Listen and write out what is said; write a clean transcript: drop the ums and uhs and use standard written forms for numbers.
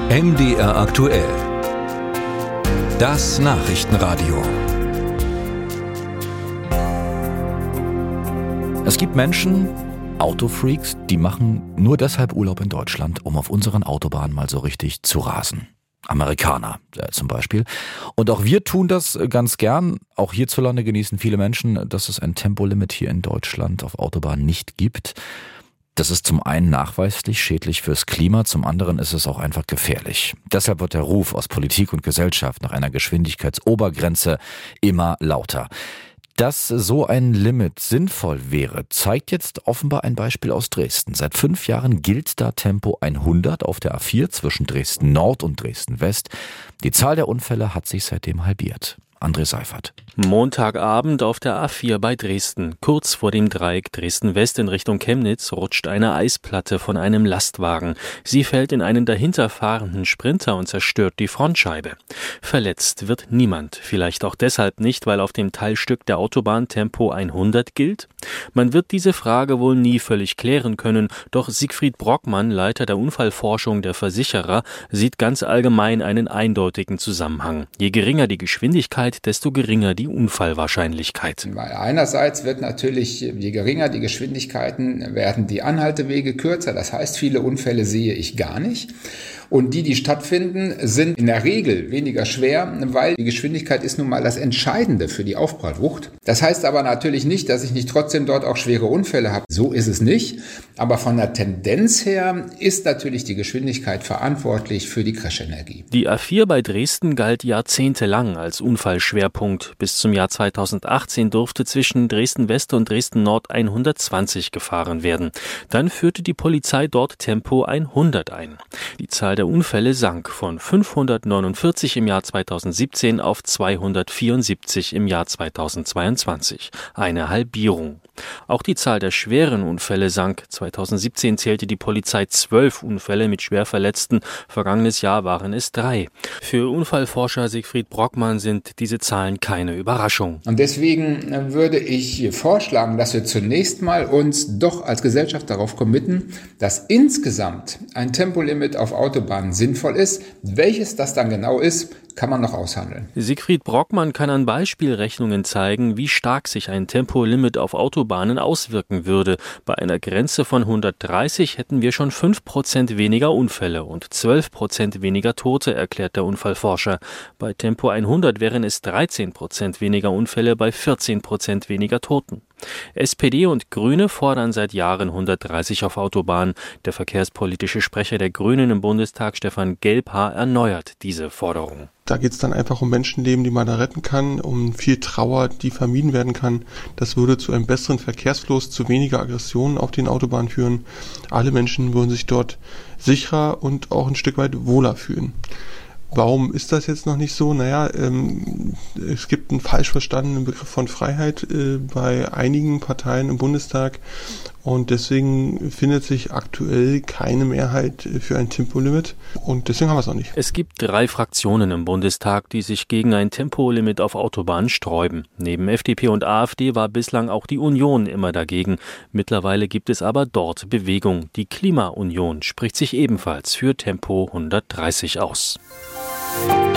MDR aktuell. Das Nachrichtenradio. Es gibt Menschen, Autofreaks, die machen nur deshalb Urlaub in Deutschland, um auf unseren Autobahnen mal so richtig zu rasen. Amerikaner zum Beispiel. Und auch wir tun das ganz gern. Auch hierzulande genießen viele Menschen, dass es ein Tempolimit hier in Deutschland auf Autobahnen nicht gibt. Das ist zum einen nachweislich schädlich fürs Klima, zum anderen ist es auch einfach gefährlich. Deshalb wird der Ruf aus Politik und Gesellschaft nach einer Geschwindigkeitsobergrenze immer lauter. Dass so ein Limit sinnvoll wäre, zeigt jetzt offenbar ein Beispiel aus Dresden. Seit 5 Jahren gilt da Tempo 100 auf der A4 zwischen Dresden Nord und Dresden West. Die Zahl der Unfälle hat sich seitdem halbiert. André Seifert. Montagabend auf der A4 bei Dresden. Kurz vor dem Dreieck Dresden-West in Richtung Chemnitz rutscht eine Eisplatte von einem Lastwagen. Sie fällt in einen dahinter fahrenden Sprinter und zerstört die Frontscheibe. Verletzt wird niemand. Vielleicht auch deshalb nicht, weil auf dem Teilstück der Autobahn Tempo 100 gilt? Man wird diese Frage wohl nie völlig klären können. Doch Siegfried Brockmann, Leiter der Unfallforschung der Versicherer, sieht ganz allgemein einen eindeutigen Zusammenhang. Je geringer die Geschwindigkeit, desto geringer die Unfallwahrscheinlichkeit. Einerseits wird natürlich, je geringer die Geschwindigkeiten, werden die Anhaltewege kürzer. Das heißt, viele Unfälle sehe ich gar nicht. Und die stattfinden, sind in der Regel weniger schwer, weil die Geschwindigkeit ist nun mal das Entscheidende für die Aufprallwucht. Das heißt aber natürlich nicht, dass ich nicht trotzdem dort auch schwere Unfälle habe. So ist es nicht. Aber von der Tendenz her ist natürlich die Geschwindigkeit verantwortlich für die Crashenergie. Die A4 bei Dresden galt jahrzehntelang als Unfallschwerpunkt. Bis zum Jahr 2018 durfte zwischen Dresden-West und Dresden-Nord 120 gefahren werden. Dann führte die Polizei dort Tempo 100 ein. Die Zahl der Unfälle sank von 549 im Jahr 2017 auf 274 im Jahr 2022. Eine Halbierung. Auch die Zahl der schweren Unfälle sank. 2017 zählte die Polizei 12 Unfälle mit Schwerverletzten. Vergangenes Jahr waren es 3. Für Unfallforscher Siegfried Brockmann sind diese Zahlen keine Überraschung. Und deswegen würde ich vorschlagen, dass wir zunächst mal uns doch als Gesellschaft darauf committen, dass insgesamt ein Tempolimit auf Autobahnen sinnvoll ist. Welches das dann genau ist, kann man noch aushandeln. Siegfried Brockmann kann an Beispielrechnungen zeigen, wie stark sich ein Tempolimit auf Autobahnen auswirken würde. Bei einer Grenze von 130 hätten wir schon 5% weniger Unfälle und 12% weniger Tote, erklärt der Unfallforscher. Bei Tempo 100 wären es 13% weniger Unfälle bei 14% weniger Toten. SPD und Grüne fordern seit Jahren 130 auf Autobahnen. Der verkehrspolitische Sprecher der Grünen im Bundestag, Stefan Gelbhaar, erneuert diese Forderung. Da geht es dann einfach um Menschenleben, die man da retten kann, um viel Trauer, die vermieden werden kann. Das würde zu einem besseren Verkehrsfluss, zu weniger Aggressionen auf den Autobahnen führen. Alle Menschen würden sich dort sicherer und auch ein Stück weit wohler fühlen. Warum ist das jetzt noch nicht so? Es gibt einen falsch verstandenen Begriff von Freiheit bei einigen Parteien im Bundestag und deswegen findet sich aktuell keine Mehrheit für ein Tempolimit und deswegen haben wir es auch nicht. Es gibt 3 Fraktionen im Bundestag, die sich gegen ein Tempolimit auf Autobahnen sträuben. Neben FDP und AfD war bislang auch die Union immer dagegen. Mittlerweile gibt es aber dort Bewegung. Die Klimaunion spricht sich ebenfalls für Tempo 130 aus.